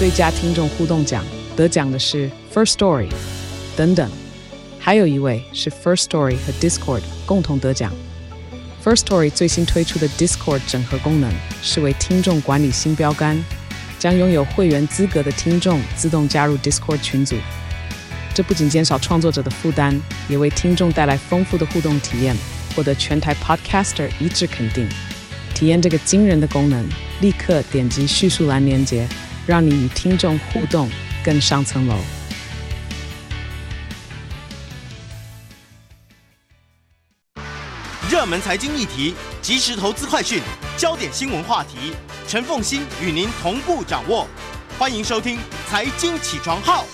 最佳听众互动奖，得奖的是 First Story 等等，还有一位是 First Story 和 Discord 共同得奖。First Story 最新推出的 Discord 整合功能是为听众管理新标杆，将拥有会员资格的听众自动加入 Discord 群组。这不仅减少创作者的负担，也为听众带来丰富的互动体验，获得全台 Podcaster 一致肯定。体验这个惊人的功能，立刻点击叙述栏连结，让你与听众互动更上层楼。 热门财经议题、即时投资快讯、焦点新闻话题，陈凤馨与您同步掌握。欢迎收听《财经起床号》。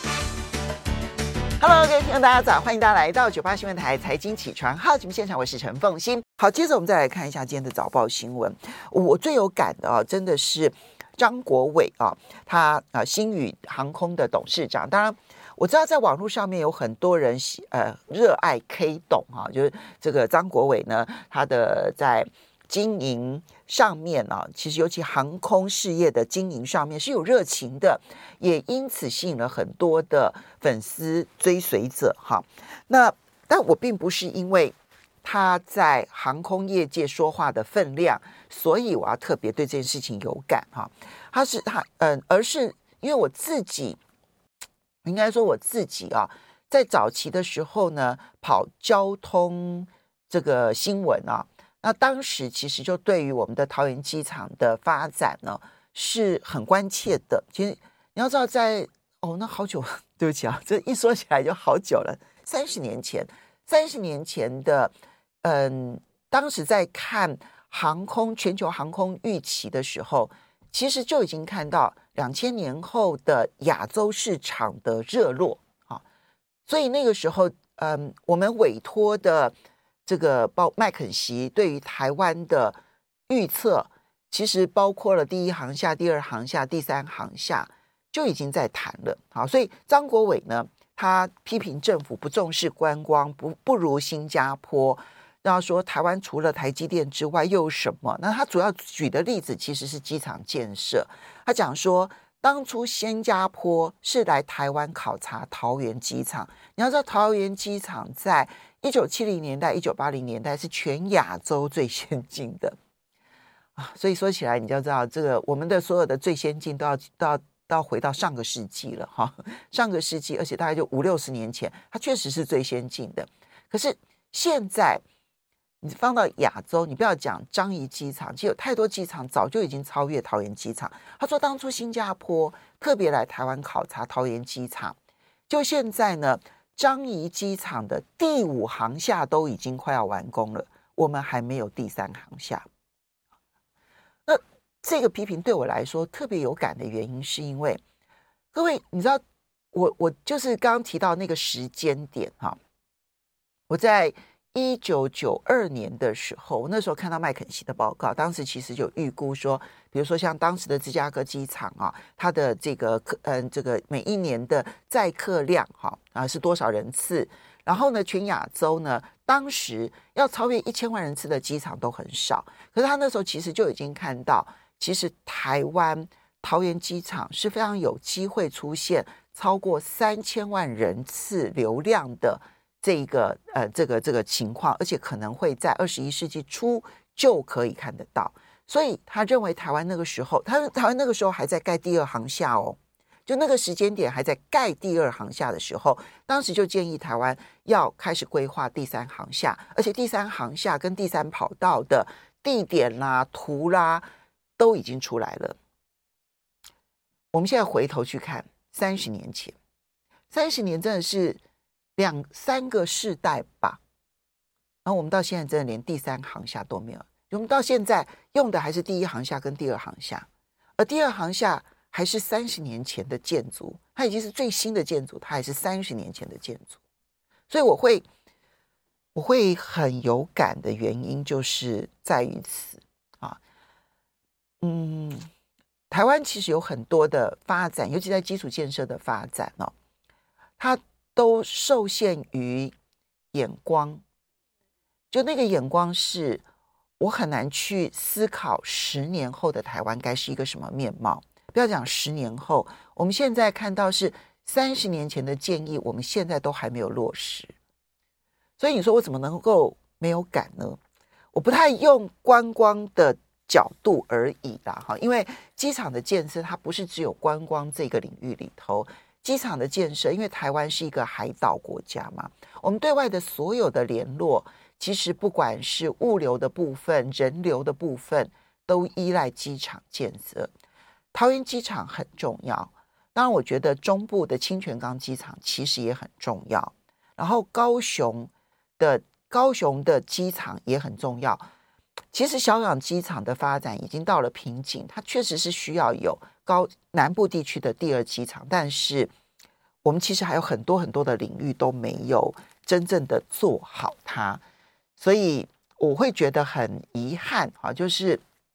Hello， 各位听众大家早，欢迎大家来到98新闻台财经起床号节目现场，我是陈凤馨。好，接着我们再来看一下今天的早报新闻。我最有感的真的是张国伟他星宇航空的董事长。当然我知道在网络上面有很多人热爱 K 董就是这个张国伟呢，他的在经营上面其实尤其航空事业的经营上面是有热情的，也因此吸引了很多的粉丝追随者但我并不是因为他在航空业界说话的分量，所以我要特别对这件事情有感而是因为我自己应该说我自己在早期的时候呢，跑交通这个新闻那当时其实就对于我们的桃园机场的发展呢是很关切的。其实你要知道那好久，对不起这一说起来就好久了，30年前的当时在看全球航空预期的时候，其实就已经看到2000年后的亚洲市场的热络所以那个时候我们委托的这个麦肯锡对于台湾的预测，其实包括了第一航厦、第二航厦、第三航厦就已经在谈了所以张国伟呢，他批评政府不重视观光，不如新加坡，然后说台湾除了台积电之外又有什么？那他主要举的例子其实是机场建设。他讲说，当初新加坡是来台湾考察桃园机场，你要知道桃园机场在1970年代、1980年代是全亚洲最先进的所以说起来，你就要知道这个我们的所有的最先进都要回到上个世纪了上个世纪，而且大概就50-60年前，它确实是最先进的。可是现在你放到亚洲，你不要讲樟宜机场，其实有太多机场早就已经超越桃园机场。他说当初新加坡特别来台湾考察桃园机场，就现在呢，樟宜机场的第5航厦都已经快要完工了，我们还没有第3航厦。那这个批评对我来说特别有感的原因，是因为各位你知道我就是刚刚提到那个时间点我在1992年的时候，我那时候看到麦肯锡的报告，当时其实就预估说，比如说像当时的芝加哥机场它的这个每一年的载客量是多少人次，然后呢全亚洲呢当时要超越1000万人次的机场都很少，可是他那时候其实就已经看到，其实台湾桃园机场是非常有机会出现超过3000万人次流量的这个情况，而且可能会在21世纪初就可以看得到。所以他认为台湾那个时候，台湾那个时候还在盖第2航厦就那个时间点还在盖第2航厦的时候，当时就建议台湾要开始规划第3航厦，而且第3航厦跟第3跑道的地点啦、图啦都已经出来了。我们现在回头去看30年前，30年真的是2-3个世代吧，然后我们到现在真的连第3航厦都没有，我们到现在用的还是第1航厦跟第2航厦，而第2航厦还是30年前的建筑，它已经是最新的建筑，它还是30年前的建筑。所以我会很有感的原因就是在于此台湾其实有很多的发展，尤其在基础建设的发展它都受限于眼光，就那个眼光是我很难去思考10年后的台湾该是一个什么面貌。 不要讲10年后，我们现在看到是30年前的建议，我们现在都还没有落实。所以你说我怎么能够没有感呢？我不太用观光的角度而已啦，因为机场的建设它不是只有观光这个领域里头，机场的建设，因为台湾是一个海岛国家嘛，我们对外的所有的联络，其实不管是物流的部分、人流的部分，都依赖机场建设。桃园机场很重要，当然我觉得中部的清泉岗机场其实也很重要，然后高雄的机场也很重要。其实小港机场的发展已经到了瓶颈，它确实是需要有南部地区的第2机场，但是我们其实还有很多很多的领域都没有真正的做好它，所以我会觉得很遗憾就是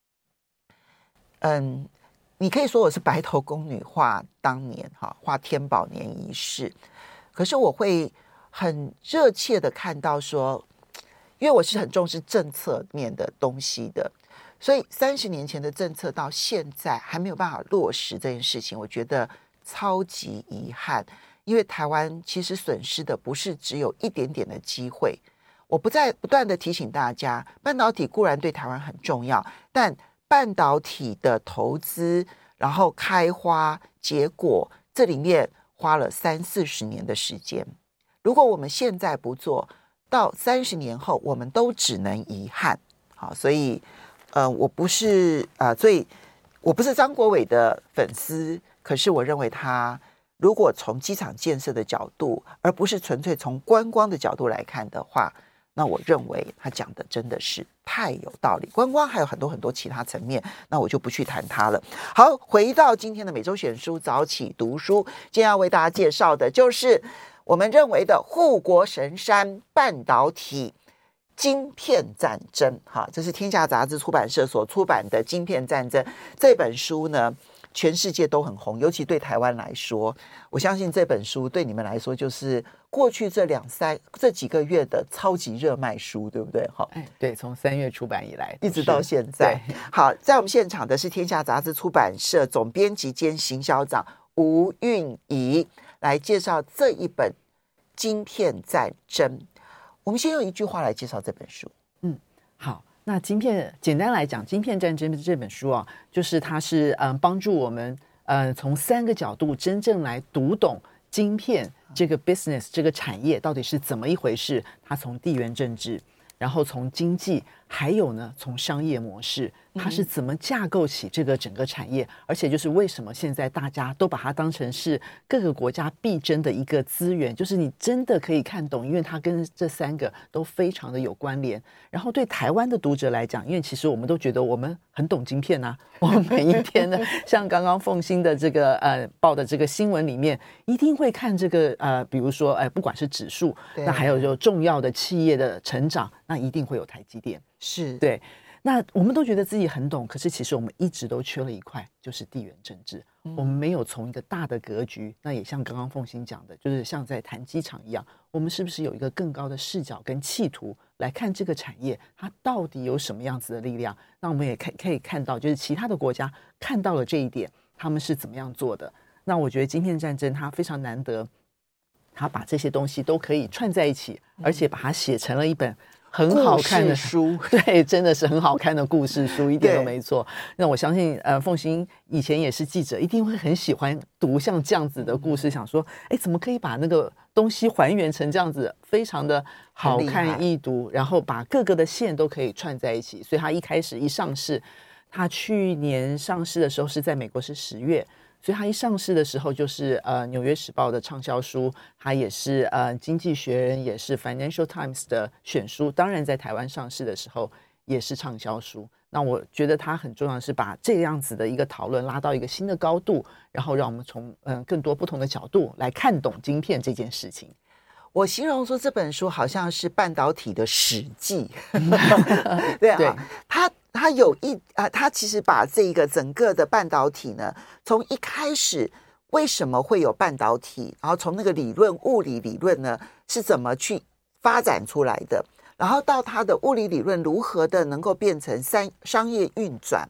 你可以说我是白头宫女画当年画天宝年仪式，可是我会很热切的看到说，因为我是很重视政策面的东西的，所以30年前的政策到现在还没有办法落实这件事情，我觉得超级遗憾。因为台湾其实损失的不是只有一点点的机会，我不断的提醒大家，半导体固然对台湾很重要，但半导体的投资然后开花结果，这里面花了30-40年的时间，如果我们现在不做，到30年后我们都只能遗憾。好，所以我不是张国伟的粉丝，可是我认为他如果从机场建设的角度，而不是纯粹从观光的角度来看的话，那我认为他讲的真的是太有道理。观光还有很多很多其他层面，那我就不去谈它了。好，回到今天的每周选书早起读书，今天要为大家介绍的就是我们认为的护国神山半导体晶片战争。这是天下杂志出版社所出版的《晶片战争》这本书呢，全世界都很红，尤其对台湾来说，我相信这本书对你们来说就是过去这几个月的超级热卖书，对不对？ 对，从3月出版以来一直到现在。好，在我们现场的是天下杂志出版社总编辑兼行销长吴韵仪，来介绍这一本《晶片战争》。我们先用一句话来介绍这本书。 好，那简单来讲，《晶片战争》这本书啊，就是它是帮助我们从3个角度真正来读懂晶片这个 business 这个产业到底是怎么一回事。它从地缘政治，然后从经济，还有呢从商业模式，它是怎么架构起这个整个产业，而且就是为什么现在大家都把它当成是各个国家必争的一个资源，就是你真的可以看懂，因为它跟这3个都非常的有关联。然后对台湾的读者来讲，因为其实我们都觉得我们很懂晶片啊，我们每一天呢像刚刚凤馨的这个报的这个新闻里面，一定会看这个比如说不管是指数，那还有就重要的企业的成长，那一定会有台积电。 是对，那我们都觉得自己很懂，可是其实我们一直都缺了一块，就是地缘政治。我们没有从一个大的格局，那也像刚刚凤馨讲的，就是像在谈机场一样，我们是不是有一个更高的视角跟企图来看这个产业，它到底有什么样子的力量？那我们也可以看到，就是其他的国家看到了这一点，他们是怎么样做的。那我觉得晶片战争它非常难得，它把这些东西都可以串在一起，而且把它写成了一本很好看的书。 对，真的是很好看的故事书，一点都没错。那我相信凤馨以前也是记者，一定会很喜欢读像这样子的故事，想说怎么可以把那个东西还原成这样子，非常的好看易读，然后把各个的线都可以串在一起。所以他一开始一上市，他去年上市的时候是在美国是10月，所以他一上市的时候就是纽约时报的畅销书，他也是经济学人，也是 Financial Times 的选书，当然在台湾上市的时候也是畅销书。那我觉得它很重要的是把这样子的一个讨论拉到一个新的高度，然后让我们从更多不同的角度来看懂晶片这件事情。 我形容说这本书好像是半导体的史记。对啊，它有它其实把这个整个的半导体呢，从一开始为什么会有半导体，然后从那个理论物理理论呢是怎么去发展出来的，然后到它的物理理论如何的能够变成商业运转，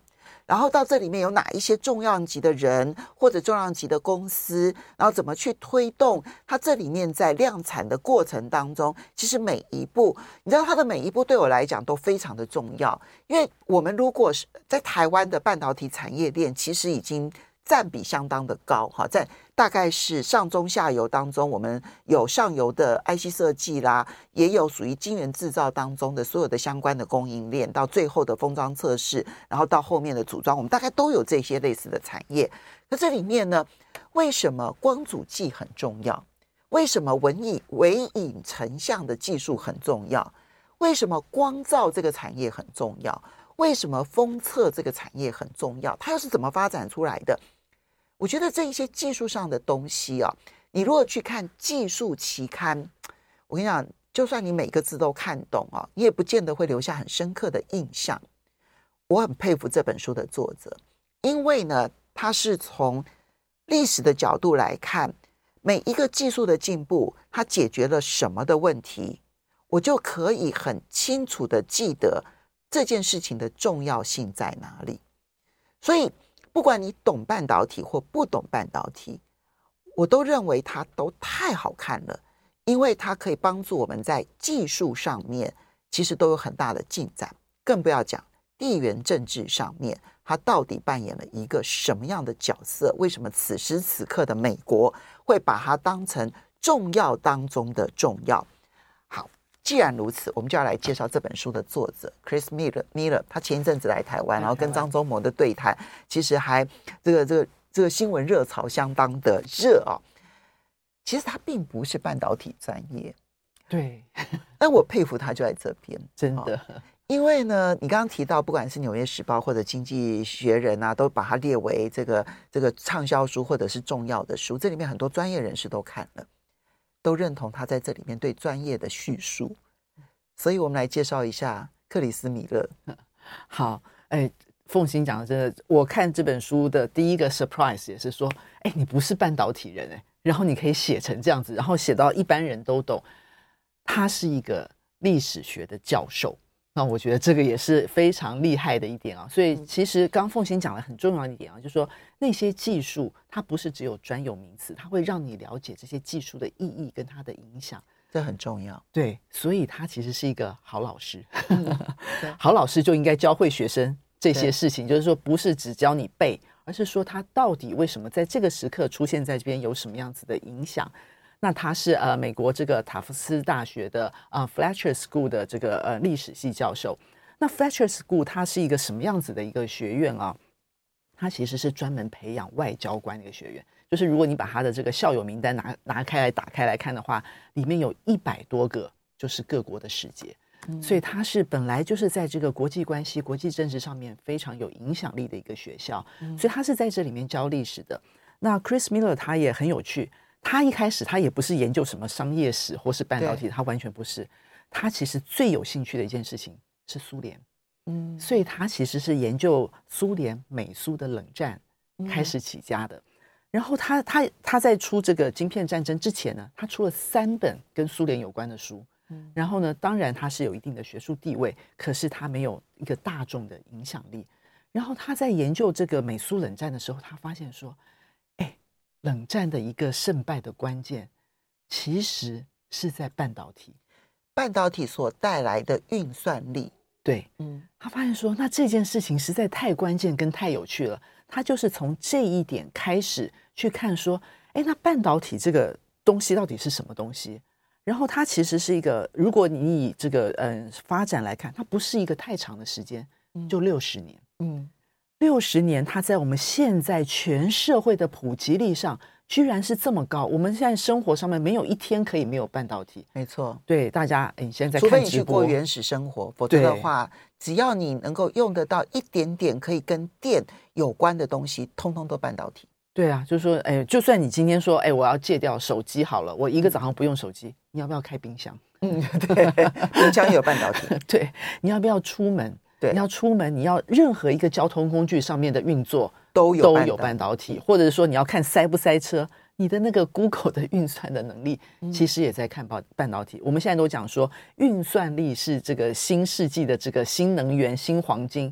然后到这里面有哪一些重量级的人或者重量级的公司，然后怎么去推动它这里面在量产的过程当中，其实每一步，你知道它的每一步对我来讲都非常的重要，因为我们如果是在台湾的半导体产业链，其实已经占比相当的高哈，在大概是上中下游当中，我们有上游的 IC 设计啦，也有属于晶圆制造当中的所有的相关的供应链，到最后的封装测试，然后到后面的组装，我们大概都有这些类似的产业。那这里面呢，为什么光阻剂很重要？为什么微影成像的技术很重要？为什么光照这个产业很重要？为什么封测这个产业很重要？它又是怎么发展出来的？我觉得这一些技术上的东西啊，你如果去看技术期刊，我跟你讲，就算你每个字都看懂啊，你也不见得会留下很深刻的印象。我很佩服这本书的作者，因为呢，他是从历史的角度来看，每一个技术的进步，它解决了什么的问题，我就可以很清楚的记得这件事情的重要性在哪里。所以不管你懂半导体或不懂半导体，我都认为它都太好看了，因为它可以帮助我们在技术上面其实都有很大的进展，更不要讲地缘政治上面它到底扮演了一个什么样的角色，为什么此时此刻的美国会把它当成重要当中的重要。好，既然如此，我们就要来介绍这本书的作者 Chris Miller。 他前一阵子来台湾，然后跟张忠谋的对谈，其实还这个新闻热潮相当的热啊。其实他并不是半导体专业， 对， 但我佩服他就在这边， 真的。 因为呢，你刚刚提到，不管是《纽约时报》或者《经济学人》啊，都把它列为这个畅销书或者是重要的书。这里面很多专业人士都看了，都认同他在这里面对专业的叙述。所以我们来介绍一下克里斯米勒。 好，凤馨讲的真的，我看这本书的第一个 surprise 也是说，你不是半导体人然后你可以写成这样子，然后写到一般人都懂。他是一个历史学的教授，那我觉得这个也是非常厉害的一点啊。所以其实刚凤馨讲了很重要的一点啊，就是说那些技术它不是只有专有名词，它会让你了解这些技术的意义跟它的影响， 这很重要。 对，所以他其实是一个好老师。好老师就应该教会学生这些事情，就是说不是只教你背，而是说他到底为什么在这个时刻出现在这边，有什么样子的影响。那他是美国这个塔夫斯大学的Fletcher School 的这个历史系教授。那 Fletcher School 它是一个什么样子的一个学院啊？它其实是专门培养外交官的一个学院。就是如果你把他的这个校友名单打开来看的话，里面有100多个就是各国的使节。所以它是本来就是在这个国际关系、国际政治上面非常有影响力的一个学校，所以他是在这里面教历史的。那 Chris Miller 他也很有趣，他一开始他也不是研究什么商业史或是半导体，他完全不是。他其实最有兴趣的一件事情是苏联，所以他其实是研究苏联美苏的冷战开始起家的。然后他在出这个晶片战争之前呢，他出了3本跟苏联有关的书。然后呢，当然他是有一定的学术地位，可是他没有一个大众的影响力。然后他在研究这个美苏冷战的时候，他发现说，冷战的一个胜败的关键其实是在半导体， 半导体所带来的运算力。 对，他发现说，那这件事情实在太关键跟太有趣了。他就是从这一点开始去看说，那半导体这个东西到底是什么东西？然后它其实是一个，如果你以这个发展来看，它不是一个太长的时间，就60年。60年，它在我们现在全社会的普及力上，居然是这么高。我们现在生活上面没有一天可以没有半导体。 没错， 对大家，你现在在看直播， 除非你去过原始生活，否则的话，只要你能够用得到一点点可以跟电有关的东西，通通都半导体。 对啊，就是说，就算你今天说，我要戒掉手机好了，我一个早上不用手机，你要不要开冰箱？ 对，冰箱也有半导体。 对，你要不要出门？对，你要出门，你要任何一个交通工具上面的运作都有半导体，或者是说你要看塞不塞车，你的那个 Google 的运算的能力，其实也在看半导体。我们现在都讲说，运算力是这个新世纪的这个新能源、新黄金。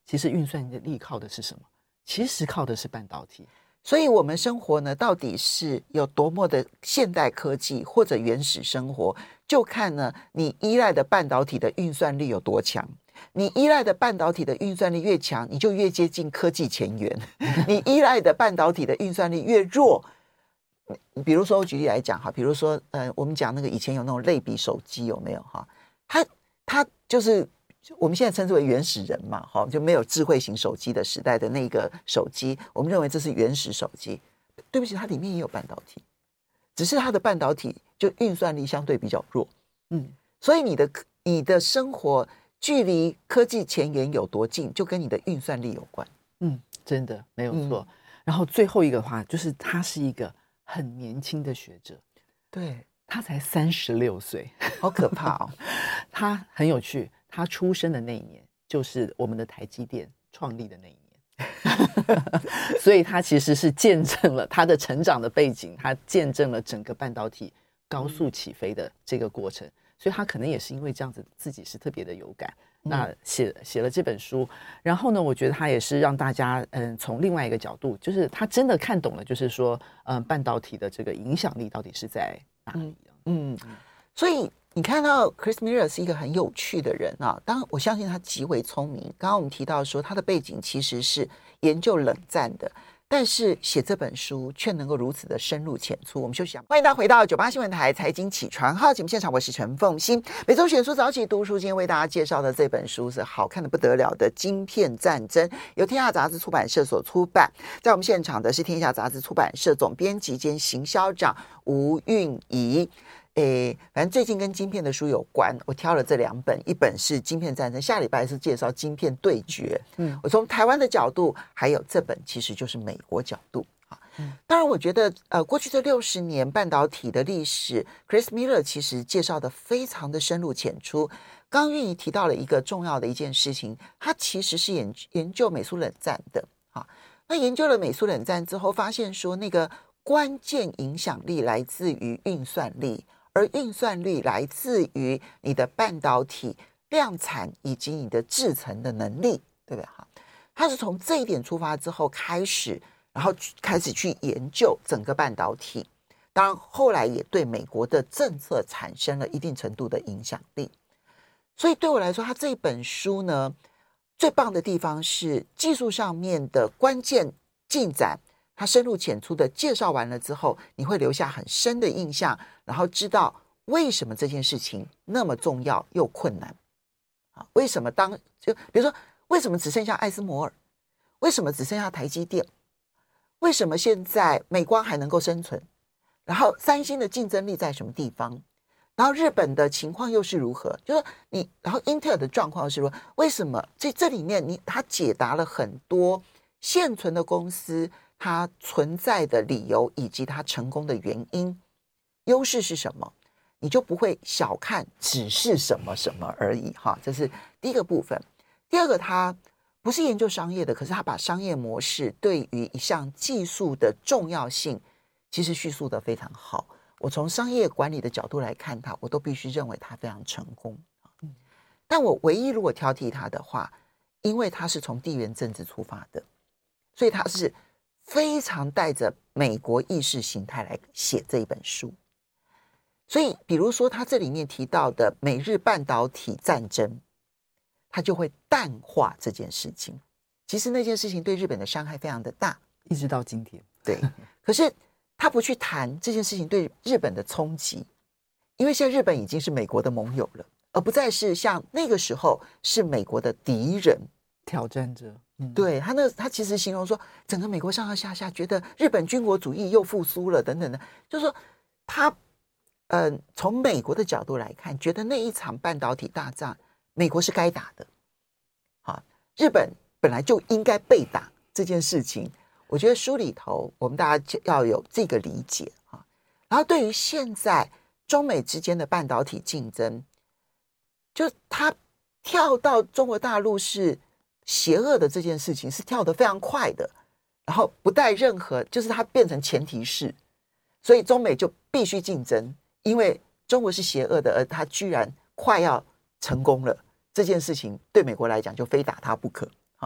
其实运算力靠的是什么？其实靠的是半导体。 所以我们生活呢，到底是有多么的现代科技或者原始生活，就看呢你依赖的半导体的运算力有多强。你依赖的半导体的运算力越强，你就越接近科技前沿；你依赖的半导体的运算力越弱，比如说我举例来讲哈，比如说我们讲那个以前有那种类比手机有没有哈？它就是我们现在称之为原始人嘛，哈，就没有智慧型手机的时代的那个手机，我们认为这是原始手机。对不起，它里面也有半导体，只是它的半导体就运算力相对比较弱。所以你的生活距离科技前沿有多近，就跟你的运算力有关。 真的没有错。然后最后一个的话，就是他是一个很年轻的学者， 对， 他才36岁， 好可怕哦。 他很有趣，他出生的那一年就是我们的台积电创立的那一年，所以他其实是见证了他的成长的背景，他见证了整个半导体高速起飞的这个过程，所以他可能也是因为这样子自己是特别的有感，那写了这本书。然后呢，我觉得他也是让大家从另外一个角度，就是他真的看懂了，就是说半导体的这个影响力到底是在哪里。 所以你看到 Chris Miller 是一个很有趣的人啊，当然我相信他极为聪明。刚刚我们提到说他的背景其实是研究冷战的，但是写这本书却能够如此的深入浅出。我们休息一下，欢迎大家回到98新闻台财经起床号节目现场，我是陈凤馨。每周选书早起读书，今天为大家介绍的这本书是好看的不得了的《晶片战争》，由天下杂志出版社所出版。在我们现场的是天下杂志出版社总编辑兼行销长吴韵仪。反正最近跟晶片的书有关，我挑了这2本，一本是《晶片战争》，下礼拜是介绍《晶片对决》。我从台湾的角度，还有这本其实就是美国角度。当然我觉得过去这60年半导体的历史 Chris Miller 其实介绍的非常的深入浅出。刚刚韵仪提到了一个重要的一件事情，他其实是研究美苏冷战的。那研究了美苏冷战之后，发现说那个关键影响力来自于运算力，而运算力来自于你的半导体量产以及你的制程的能力，对不对？他是从这一点出发之后开始，然后开始去研究整个半导体。当然后来也对美国的政策产生了一定程度的影响力。所以对我来说，他这本书呢，最棒的地方是技术上面的关键进展，他深入浅出的介绍完了之后，你会留下很深的印象，然后知道为什么这件事情那么重要又困难。为什么就比如说为什么只剩下艾斯摩尔，为什么只剩下台积电，为什么现在美光还能够生存，然后三星的竞争力在什么地方，然后日本的情况又是如何，就是然后英特尔的状况是如何，为什么这里面他解答了很多现存的公司它存在的理由以及它成功的原因，优势是什么，你就不会小看只是什么什么而已哈。这是第一个部分。第二个，他不是研究商业的，可是他把商业模式对于一项技术的重要性其实叙述得非常好。我从商业管理的角度来看他，我都必须认为他非常成功。但我唯一如果挑剔他的话，因为他是从地缘政治出发的，所以他是非常带着美国意识形态来写这一本书。所以比如说他这里面提到的美日半导体战争，他就会淡化这件事情。其实那件事情对日本的伤害非常的大， 一直到今天。 对，可是他不去谈这件事情对日本的冲击，因为现在日本已经是美国的盟友了，而不再是像那个时候是美国的敌人、 挑战者。 对，他其实形容说，整个美国上上下下觉得日本军国主义又复苏了等等的，就是说他从美国的角度来看，觉得那一场半导体大战美国是该打的，日本本来就应该被打这件事情，我觉得书里头我们大家要有这个理解。然后对于现在中美之间的半导体竞争，就他跳到中国大陆是邪恶的这件事情是跳得非常快的，然后不带任何，就是它变成前提式，所以中美就必须竞争，因为中国是邪恶的，而它居然快要成功了，这件事情对美国来讲就非打它不可啊。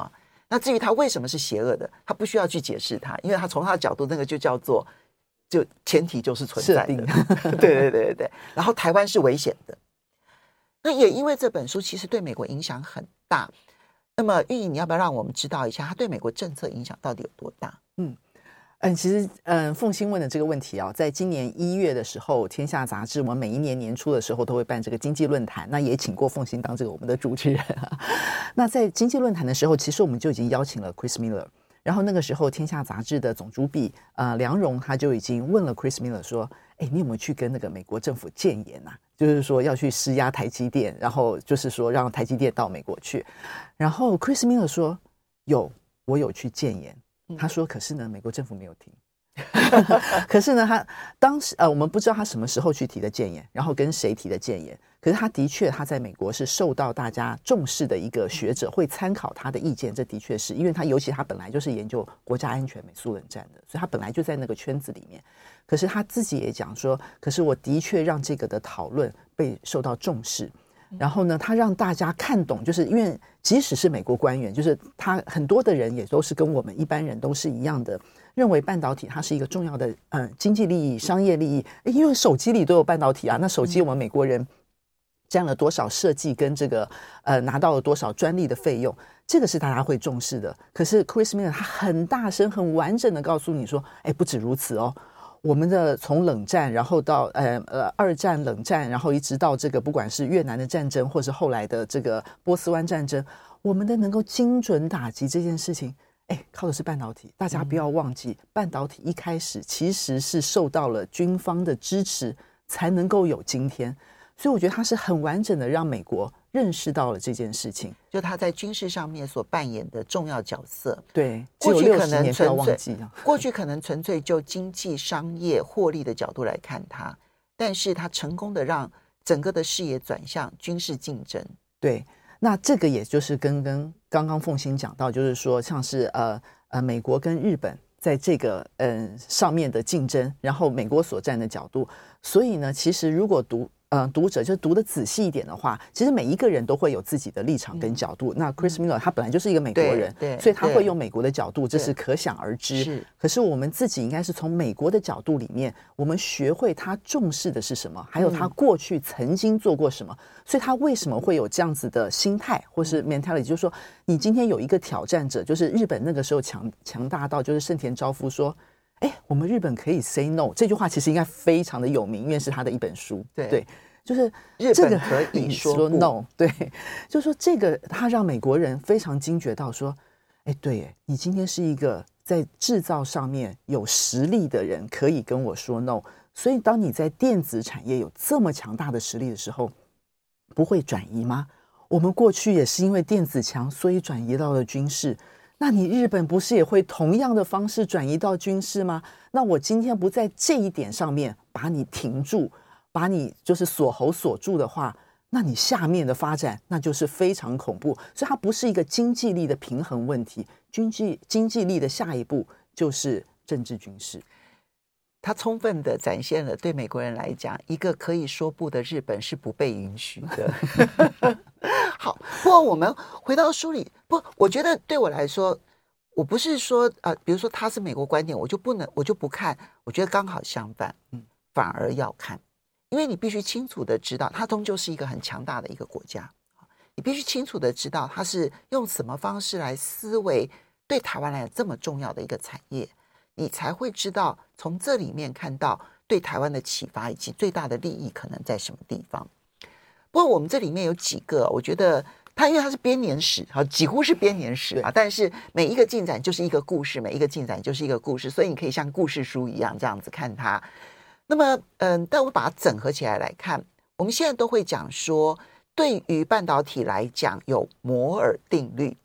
那至于他为什么是邪恶的，他不需要去解释它，因为他从他的角度，那个就叫做就前提就是存在的。对。然后台湾是危险的，那也因为这本书其实对美国影响很大。那么玉莹，你要不要让我们知道一下，它对美国政策影响到底有多大？ 其实凤馨问的这个问题啊，在今年1月的时候，天下杂志我们每一年年初的时候都会办这个经济论坛，那也请过凤馨当这个我们的主持人那在经济论坛的时候，其实我们就已经邀请了 Chris Miller， 然后那个时候天下杂志的总主笔梁荣他就已经问了 Chris Miller 说，你有没有去跟那个美国政府建言啊？就是说要去施压台积电，然后就是说让台积电到美国去。然后 Chris Miller 说我有去建言。他说可是呢美国政府没有听可是呢他当时我们不知道他什么时候去提的建言，然后跟谁提的建言，可是他的确他在美国是受到大家重视的一个学者，会参考他的意见，这的确是因为他尤其他本来就是研究国家安全美苏冷战的，所以他本来就在那个圈子里面。可是他自己也讲说，可是我的确让这个的讨论被受到重视，然后呢他让大家看懂，就是因为即使是美国官员，就是他很多的人也都是跟我们一般人都是一样的，认为半导体它是一个重要的经济利益、商业利益。因为手机里都有半导体啊，那手机我们美国人占了多少设计跟这个拿到了多少专利的费用，这个是大家会重视的。可是 Chris Miller 他很大声很完整的告诉你说，不止如此哦，我们的从冷战，然后到二战、冷战，然后一直到这个不管是越南的战争，或是后来的这个波斯湾战争，我们的能够精准打击这件事情，靠的是半导体。大家不要忘记，半导体一开始其实是受到了军方的支持，才能够有今天。所以我觉得他是很完整的让美国认识到了这件事情， 就他在军事上面所扮演的重要角色。 对， 过去可能不要忘记过去可能纯粹就经济商业获利的角度来看他，但是他成功的让整个的视野转向军事竞争。 对，那这个也就是跟刚刚凤馨讲到，就是说像是美国跟日本在这个上面的竞争，然后美国所站的角度。所以呢其实如果读者就读得仔细一点的话，其实每一个人都会有自己的立场跟角度。那 Chris Miller 他本来就是一个美国人，所以他会用美国的角度，这是可想而知。可是我们自己应该是从美国的角度里面，我们学会他重视的是什么，还有他过去曾经做过什么，所以他为什么会有这样子的心态或是 mentality， 就是说你今天有一个挑战者，就是日本那个时候强大到就是盛田昭夫说我们日本可以 say no， 这句话其实应该非常的有名，因为是他的一本书。对，就是日本可以说 no。 对，就是说这个他让美国人非常惊觉到说对你今天是一个在制造上面有实力的人，可以跟我说 no。 所以当你在电子产业有这么强大的实力的时候，不会转移吗？我们过去也是因为电子强，所以转移到了军事，那你日本不是也会同样的方式转移到军事吗？那我今天不在这一点上面把你停住，把你就是锁喉锁住的话，那你下面的发展那就是非常恐怖。所以它不是一个经济力的平衡问题，经济力的下一步就是政治军事。 他充分的展现了对美国人来讲，一个可以说不的日本是不被允许的好，不过我们回到书里，我觉得对我来说，我不是说比如说他是美国观点，我就不看，我觉得刚好相反，反而要看，因为你必须清楚的知道，它终究是一个很强大的一个国家，你必须清楚的知道它是用什么方式来思维对台湾来讲这么重要的一个产业，你才会知道从这里面看到对台湾的启发以及最大的利益可能在什么地方。不过我们这里面有几个，我觉得因为它是编年史，几乎是编年史但是每一个进展就是一个故事，每一个进展就是一个故事，所以你可以像故事书一样这样子看它。那么但我把它整合起来看，我们现在都会讲说，对于半导体来讲有摩尔定律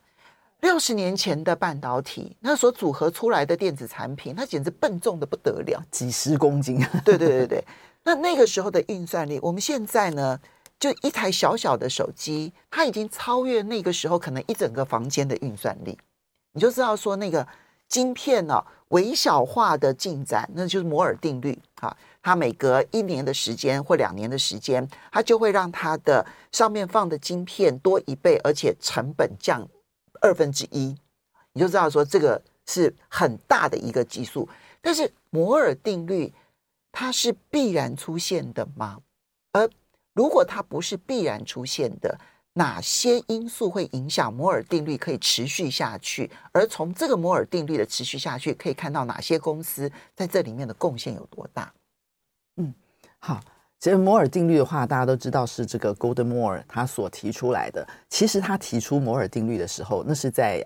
60年前的半导体，那所组合出来的电子产品，那简直笨重的不得了， 几十公斤对，那个时候的运算力，我们现在呢就一台小小的手机，它已经超越那个时候可能一整个房间的运算力。你就知道说那个晶片微小化的进展，那就是摩尔定律它每隔1年的时间或2年的时间，它就会让它的上面放的晶片多1倍，而且成本 1/2，你就知道说这个是很大的一个基数。但是摩尔定律它是必然出现的吗？而如果它不是必然出现的，哪些因素会影响摩尔定律可以持续下去？而从这个摩尔定律的持续下去，可以看到哪些公司在这里面的贡献有多大？ 好，其实摩尔定律的话，大家都知道是这个 Gordon Moore 他所提出来的。其实他提出摩尔定律的时候，那是在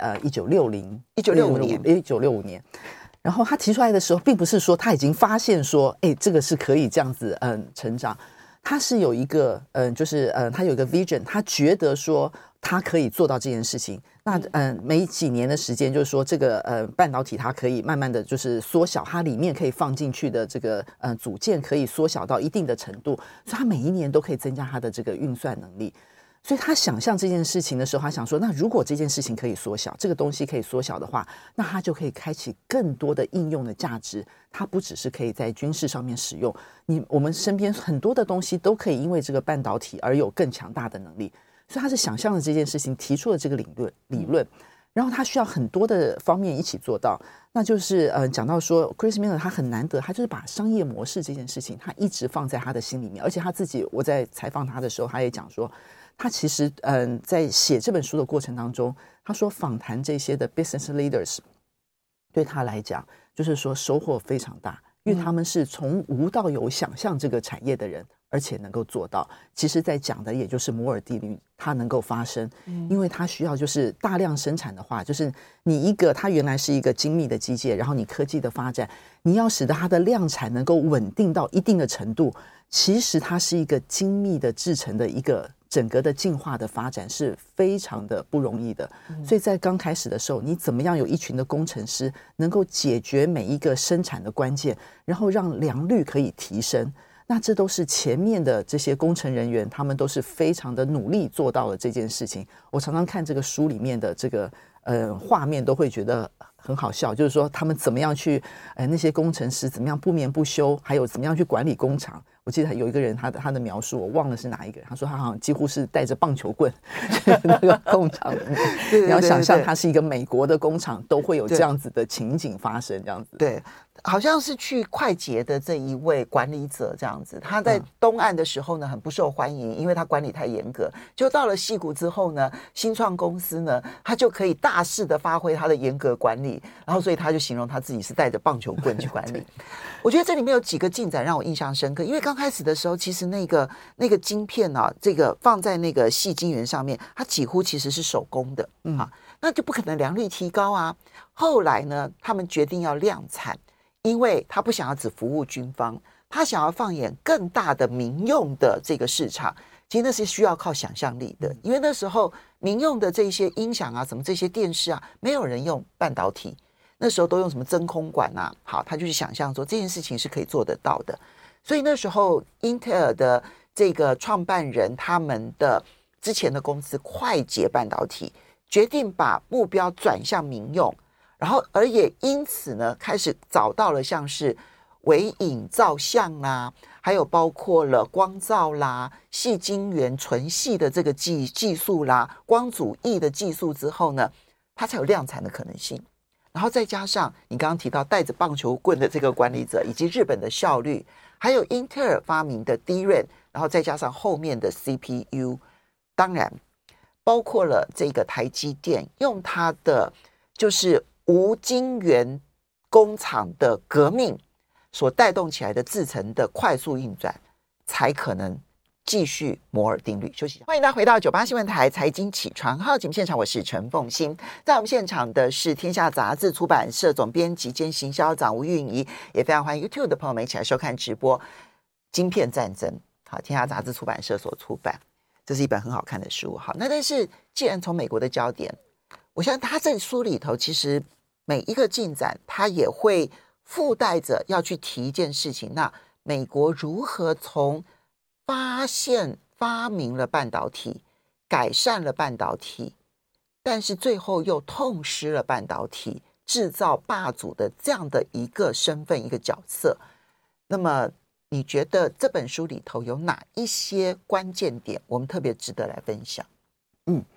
1965年。然后他提出来的时候，并不是说他已经发现说，这个是可以这样子成长。他是有一个他有一个 vision， 他觉得说他可以做到这件事情。那每几年的时间，就是说这个半导体它可以慢慢的就是缩小，它里面可以放进去的这个组件可以缩小到一定的程度，所以他每一年都可以增加它的这个运算能力。所以他想象这件事情的时候，他想说，那如果这件事情可以缩小，这个东西可以缩小的话，那它就可以开启更多的应用的价值。它不只是可以在军事上面使用，我们身边很多的东西都可以因为这个半导体而有更强大的能力。所以他是想象了这件事情，提出了这个理论，然后他需要很多的方面一起做到。那就是讲到说 Chris Miller 他很难得，他就是把商业模式这件事情，他一直放在他的心里面。而且他自己，我在采访他的时候，他也讲说，他其实在写这本书的过程当中，他说访谈这些的 business leaders 对他来讲就是说收获非常大，因为他们是从无到有想象这个产业的人，而且能够做到。其实在讲的也就是摩尔定律它能够发生，因为它需要就是大量生产的话，就是你它原来是一个精密的机械，然后你科技的发展，你要使得它的量产能够稳定到一定的程度，其实它是一个精密的制成的一个整个的进化的发展是非常的不容易的。所以在刚开始的时候，你怎么样有一群的工程师能够解决每一个生产的关键，然后让良率可以提升，那这都是前面的这些工程人员他们都是非常的努力做到了这件事情。我常常看这个书里面的这个画面都会觉得很好笑，就是说他们怎么样去那些工程师怎么样不眠不休，还有怎么样去管理工厂。我记得有一个人他的描述我忘了是哪一个人，他说他好像几乎是带着棒球棍那个工厂你要想象它是一个美国的工厂，都会有这样子的情景发生，这样子。 对，好像是去快捷的这一位管理者这样子，他在东岸的时候呢很不受欢迎，因为他管理太严格。就到了矽谷之后呢，新创公司呢他就可以大肆的发挥他的严格管理，然后所以他就形容他自己是带着棒球棍去管理。我觉得这里面有几个进展让我印象深刻，因为刚开始的时候，其实那个晶片啊，这个放在那个矽晶圆上面，它几乎其实是手工的那就不可能良率提高啊。后来呢，他们决定要量产，因为他不想要只服务军方，他想要放眼更大的民用的这个市场。其实那是需要靠想象力的，因为那时候民用的这些音响啊，什么这些电视啊，没有人用半导体。那时候都用什么真空管啊？好，他就去想象说这件事情是可以做得到的。所以那时候英特尔的这个创办人，他们的之前的公司快捷半导体决定把目标转向民用，然后而也因此呢，开始找到了像是微影照相啦，还有包括了光照啦、矽晶圆纯矽的这个技术啦、光阻液的技术之后呢，它才有量产的可能性。然后再加上你刚刚提到带着棒球棍的这个管理者，以及日本的效率，还有英特尔发明的 DRAM， 然后再加上后面的 CPU， 当然包括了这个台积电用它的就是无晶圆工厂的革命所带动起来的制程的快速运转，才可能继续摩尔定律。休息一下，欢迎大家回到98新闻台财经起床号节目现场，我是陈凤馨。在我们现场的是天下杂志出版社总编辑兼行销长吴韵仪，也非常欢迎 YouTube 的朋友们一起来收看直播。晶片战争，好，天下杂志出版社所出版，这是一本很好看的书。好，那但是既然从美国的焦点，我相信他这书里头其实每一个进展，他也会附带着要去提一件事情，那美国如何从发明了半导体，改善了半导体，但是最后又痛失了半导体制造霸主的这样的一个身份一个角色。那么你觉得这本书里头有哪一些关键点我们特别值得来分享？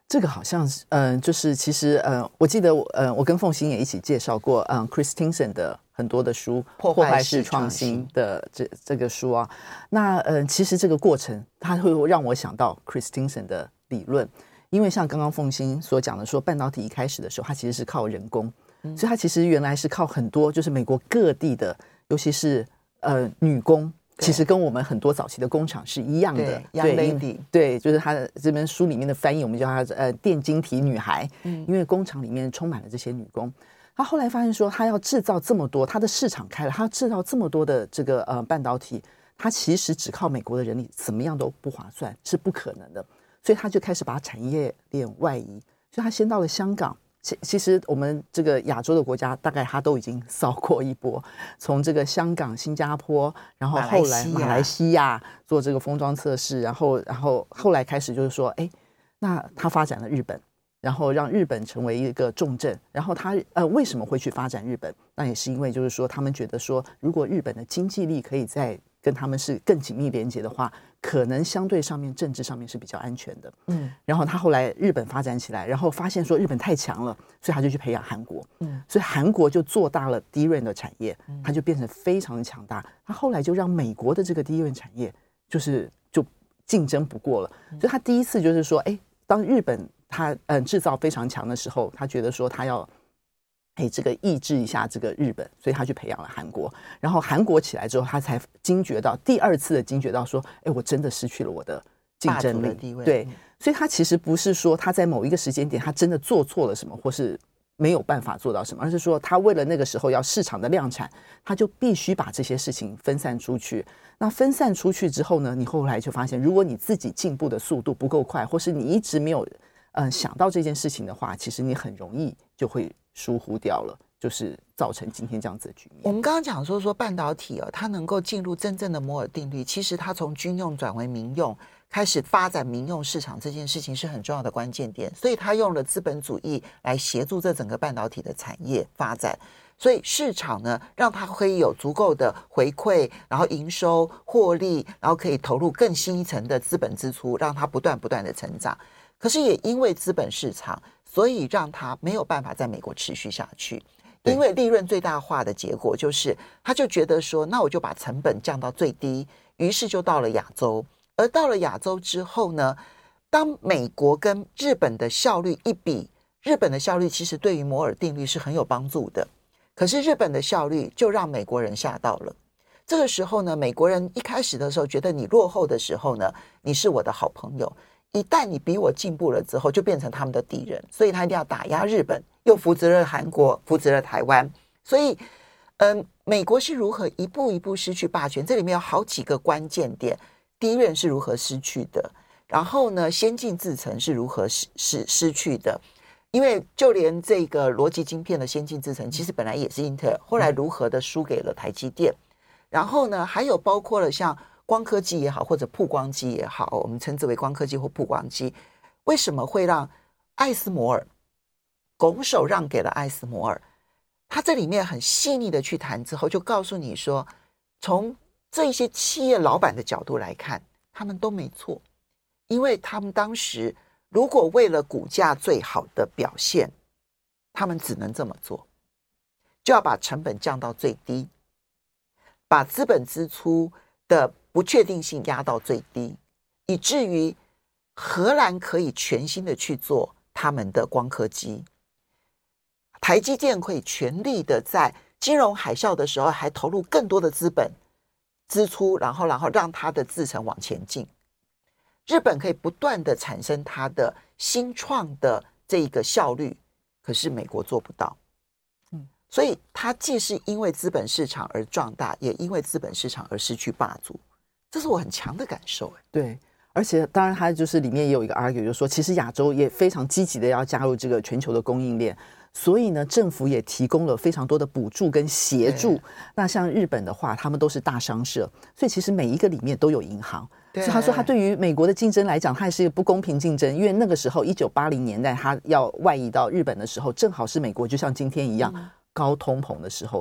这个好像是，就是其实，我记得我跟凤馨也一起介绍过，Chris Tinson 的很多的书，破坏式创新的这个书啊。那其实这个过程，它会让我想到 Chris Tinson 的理论，因为像刚刚凤馨所讲的说，半导体一开始的时候，它其实是靠人工，所以它其实原来是靠很多就是美国各地的，尤其是女工。其实跟我们很多早期的工厂是一样的，对，就是他的这本书里面的翻译，我们叫他电晶体女孩，因为工厂里面充满了这些女工。他后来发现说，他要制造这么多，他的市场开了，他要制造这么多的这个半导体，他其实只靠美国的人力，怎么样都不划算，是不可能的。所以他就开始把产业链外移，所以他先到了香港。其实我们这个亚洲的国家大概他都已经扫过一波，从这个香港、新加坡，然后后来马来西亚做这个封装测试，然后后来开始就是说，哎，那他发展了日本，然后让日本成为一个重镇。然后他为什么会去发展日本？那也是因为就是说他们觉得说，如果日本的经济力可以在跟他们是更紧密连接的话，可能相对上面政治上面是比较安全的。然后他后来日本发展起来，然后发现说日本太强了，所以他就去培养韩国。所以韩国就做大了DRAM的产业，他就变成非常的强大。他后来就让美国的这个DRAM产业就竞争不过了。所以他第一次就是说，哎，当日本他制造非常强的时候，他觉得说他要这个抑制一下这个日本，所以他去培养了韩国。然后韩国起来之后，他才惊觉到第二次的惊觉到说，哎，我真的失去了我的竞争力。对，所以他其实不是说他在某一个时间点他真的做错了什么，或是没有办法做到什么，而是说他为了那个时候要市场的量产，他就必须把这些事情分散出去。那分散出去之后呢，你后来就发现，如果你自己进步的速度不够快，或是你一直没有想到这件事情的话，其实你很容易就会疏忽掉了，就是造成今天这样子的局面。 我们刚刚讲说半导体它能够进入真正的摩尔定律，其实它从军用转为民用，开始发展民用市场这件事情是很重要的关键点，所以它用了资本主义来协助这整个半导体的产业发展。所以市场呢，让它可以有足够的回馈，然后营收获利，然后可以投入更新一层的资本支出，让它不断的成长。可是也因为资本市场，所以让它没有办法在美国持续下去。因为利润最大化的结果就是他就觉得说，那我就把成本降到最低，于是就到了亚洲。而到了亚洲之后呢，当美国跟日本的效率一比，日本的效率其实对于摩尔定律是很有帮助的，可是日本的效率就让美国人吓到了。这个时候呢，美国人一开始的时候觉得你落后的时候呢，你是我的好朋友，一旦你比我进步了之后，就变成他们的敌人，所以他一定要打压日本，又扶植了韩国，扶植了台湾。所以美国是如何一步一步失去霸权，这里面有好几个关键点。第一任是如何失去的，然后呢，先进制程是如何失去的，因为就连这个逻辑晶片的先进制程其实本来也是英特尔，后来如何的输给了台积电。然后呢，还有包括了像光刻机也好，或者曝光机也好，我们称之为光刻机或曝光机，为什么会让艾斯摩尔拱手让给了艾斯摩尔？他这里面很细腻的去谈之后，就告诉你说，从这些企业老板的角度来看，他们都没错，因为他们当时如果为了股价最好的表现，他们只能这么做，就要把成本降到最低，把资本支出的不确定性压到最低，以至于荷兰可以全心的去做他们的光刻机，台积电可以全力的在金融海啸的时候还投入更多的资本支出，然后让它的制程往前进。日本可以不断的产生它的新创的这一个效率，可是美国做不到。所以它既是因为资本市场而壮大，也因为资本市场而失去霸主，这是我很强的感受。 对，而且当然它就是里面也有一个 argue， 就是说其实亚洲也非常积极的要加入这个全球的供应链，所以呢政府也提供了非常多的补助跟协助。那像日本的话，他们都是大商社，所以其实每一个里面都有银行。所以他说他对于美国的竞争来讲，他也是一个不公平竞争，因为那个时候1980年代他要外移到日本的时候，正好是美国就像今天一样高通膨的时候，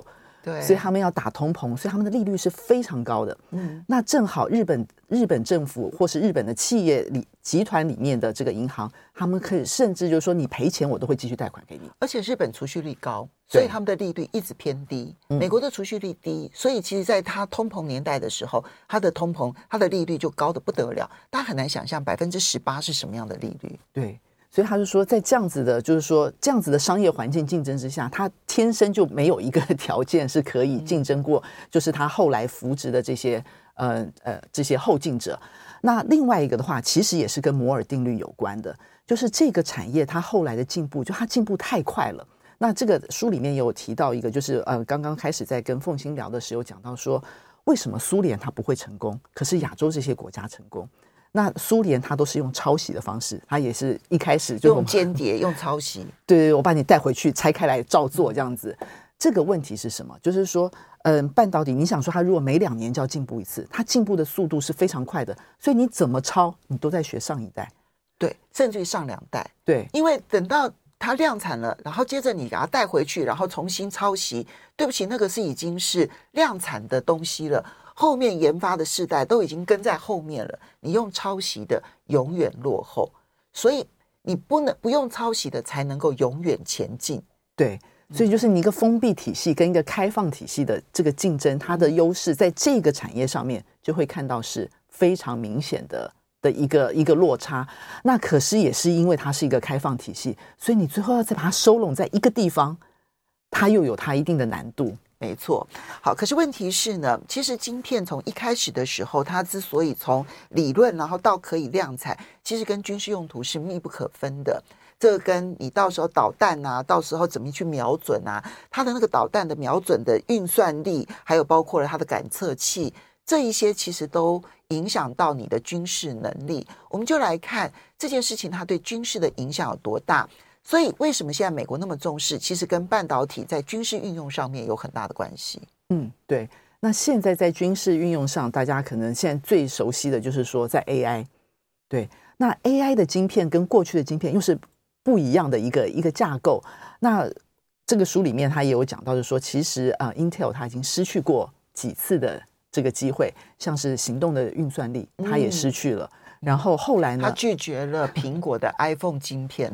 对， 所以他们要打通膨，所以他们的利率是非常高的。那正好日本政府或是日本的企业集团里面的这个银行，他们可以甚至就是说你赔钱我都会继续贷款给你。 而且日本储蓄率高，所以他们的利率一直偏低。美国的储蓄率低，所以其实在它通膨年代的时候，它的利率就高得不得了，大家很难想象18%是什么样的利率。 对。所以他就说，在这样子的，就是说这样子的商业环境竞争之下，他天生就没有一个条件是可以竞争过，就是他后来扶植的这些后进者。那另外一个的话，其实也是跟摩尔定律有关的，就是这个产业它后来的进步，就它进步太快了。那这个书里面也有提到一个，就是刚刚开始在跟凤馨聊的时候讲到说，为什么苏联它不会成功，可是亚洲这些国家成功？那苏联它都是用抄袭的方式，它也是一开始就用间谍，用抄袭。 对，我把你带回去，拆开来照做这样子。这个问题是什么？就是说，半导体，你想说它如果每2年就要进步一次，它进步的速度是非常快的，所以你怎么抄，你都在学上一代， 对，甚至于上2代。 对， 因为等到它量产了，然后接着你给它带回去，然后重新抄袭，对不起，那个是已经是量产的东西了。后面研发的世代都已经跟在后面了，你用抄袭的永远落后，所以你不用抄袭的才能够永远前进。 对，所以就是你一个封闭体系跟一个开放体系的这个竞争，它的优势在这个产业上面就会看到是非常明显的一个落差。那可是也是因为它是一个开放体系，所以你最后要再把它收拢在一个地方，它又有它一定的难度。 没错，好，可是问题是呢，其实晶片从一开始的时候，它之所以从理论然后到可以量产，其实跟军事用途是密不可分的。这个跟你到时候导弹啊，到时候怎么去瞄准啊，它的那个导弹的瞄准的运算力，还有包括了它的感测器，这一些其实都影响到你的军事能力。我们就来看这件事情它对军事的影响有多大。所以为什么现在美国那么重视，其实跟半导体在军事运用上面有很大的关系。 对。那现在在军事运用上，大家可能现在最熟悉的就是说在 AI。对，那 AI 的晶片跟过去的晶片又是不一样的一个架构。那这个书里面他也有讲到，就是说其实Intel 它已经失去过几次的这个机会，像是行动的运算力它也失去了。然后后来呢， 他拒绝了苹果的 iPhone 晶片。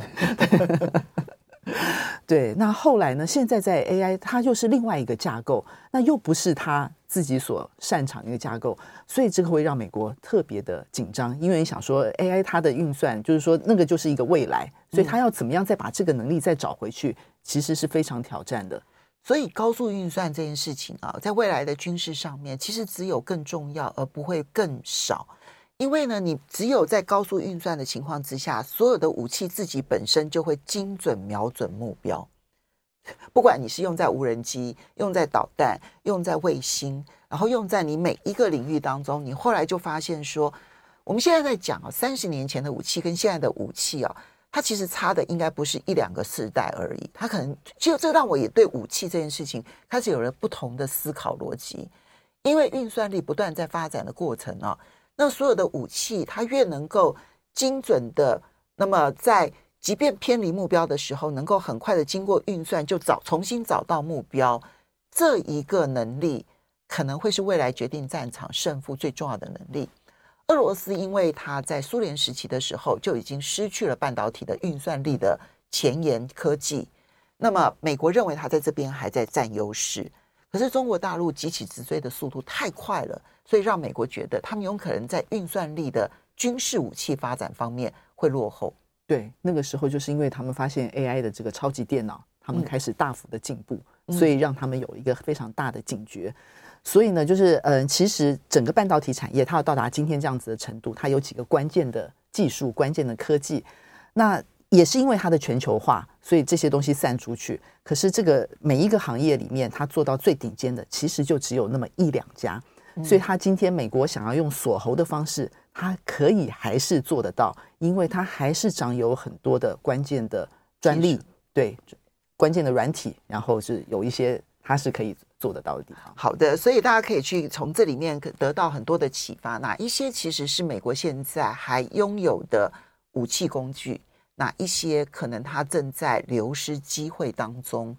对，那后来呢，现在在 AI 它又是另外一个架构，那又不是他自己所擅长的一个架构，所以这个会让美国特别的紧张，因为你想说 AI 它的运算就是说那个就是一个未来，所以他要怎么样再把这个能力再找回去，其实是非常挑战的。 所以高速运算这件事情啊，在未来的军事上面，其实只有更重要，而不会更少。因为呢，你只有在高速运算的情况之下，所有的武器自己本身就会精准瞄准目标。不管你是用在无人机、用在导弹、用在卫星，然后用在你每一个领域当中，你后来就发现说，我们现在在讲30年前的武器跟现在的武器它其实差的应该不是1-2个世代而已，它可能就这让我也对武器这件事情开始有了不同的思考逻辑。因为运算力不断在发展的过程那所有的武器它越能够精准的，那么在即便偏离目标的时候，能够很快的经过运算就重新找到目标，这一个能力可能会是未来决定战场胜负最重要的能力。俄罗斯因为它在苏联时期的时候就已经失去了半导体的运算力的前沿科技，那么美国认为它在这边还在占优势，可是中国大陆急起直追的速度太快了，所以让美国觉得他们有可能在运算力的军事武器发展方面会落后。 对，那个时候就是因为他们发现 AI 的这个超级电脑，他们开始大幅的进步，所以让他们有一个非常大的警觉。所以呢，就是其实整个半导体产业它要到达今天这样子的程度，它有几个关键的技术、关键的科技。那也是因为它的全球化，所以这些东西散出去。可是这个每一个行业里面，它做到最顶尖的，其实就只有那么1-2家。所以它今天美国想要用锁喉的方式，它可以还是做得到，因为它还是掌有很多的关键的专利，对，关键的软体，然后是有一些它是可以做得到的地方。 好的，所以大家可以去从这里面得到很多的启发，哪一些其实是美国现在还拥有的武器工具，哪一些可能它正在流失机会当中。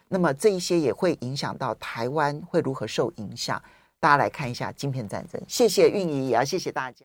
那么这一些也会影响到台湾会如何受影响。大家来看一下晶片战争。谢谢韵仪，也要谢谢大家。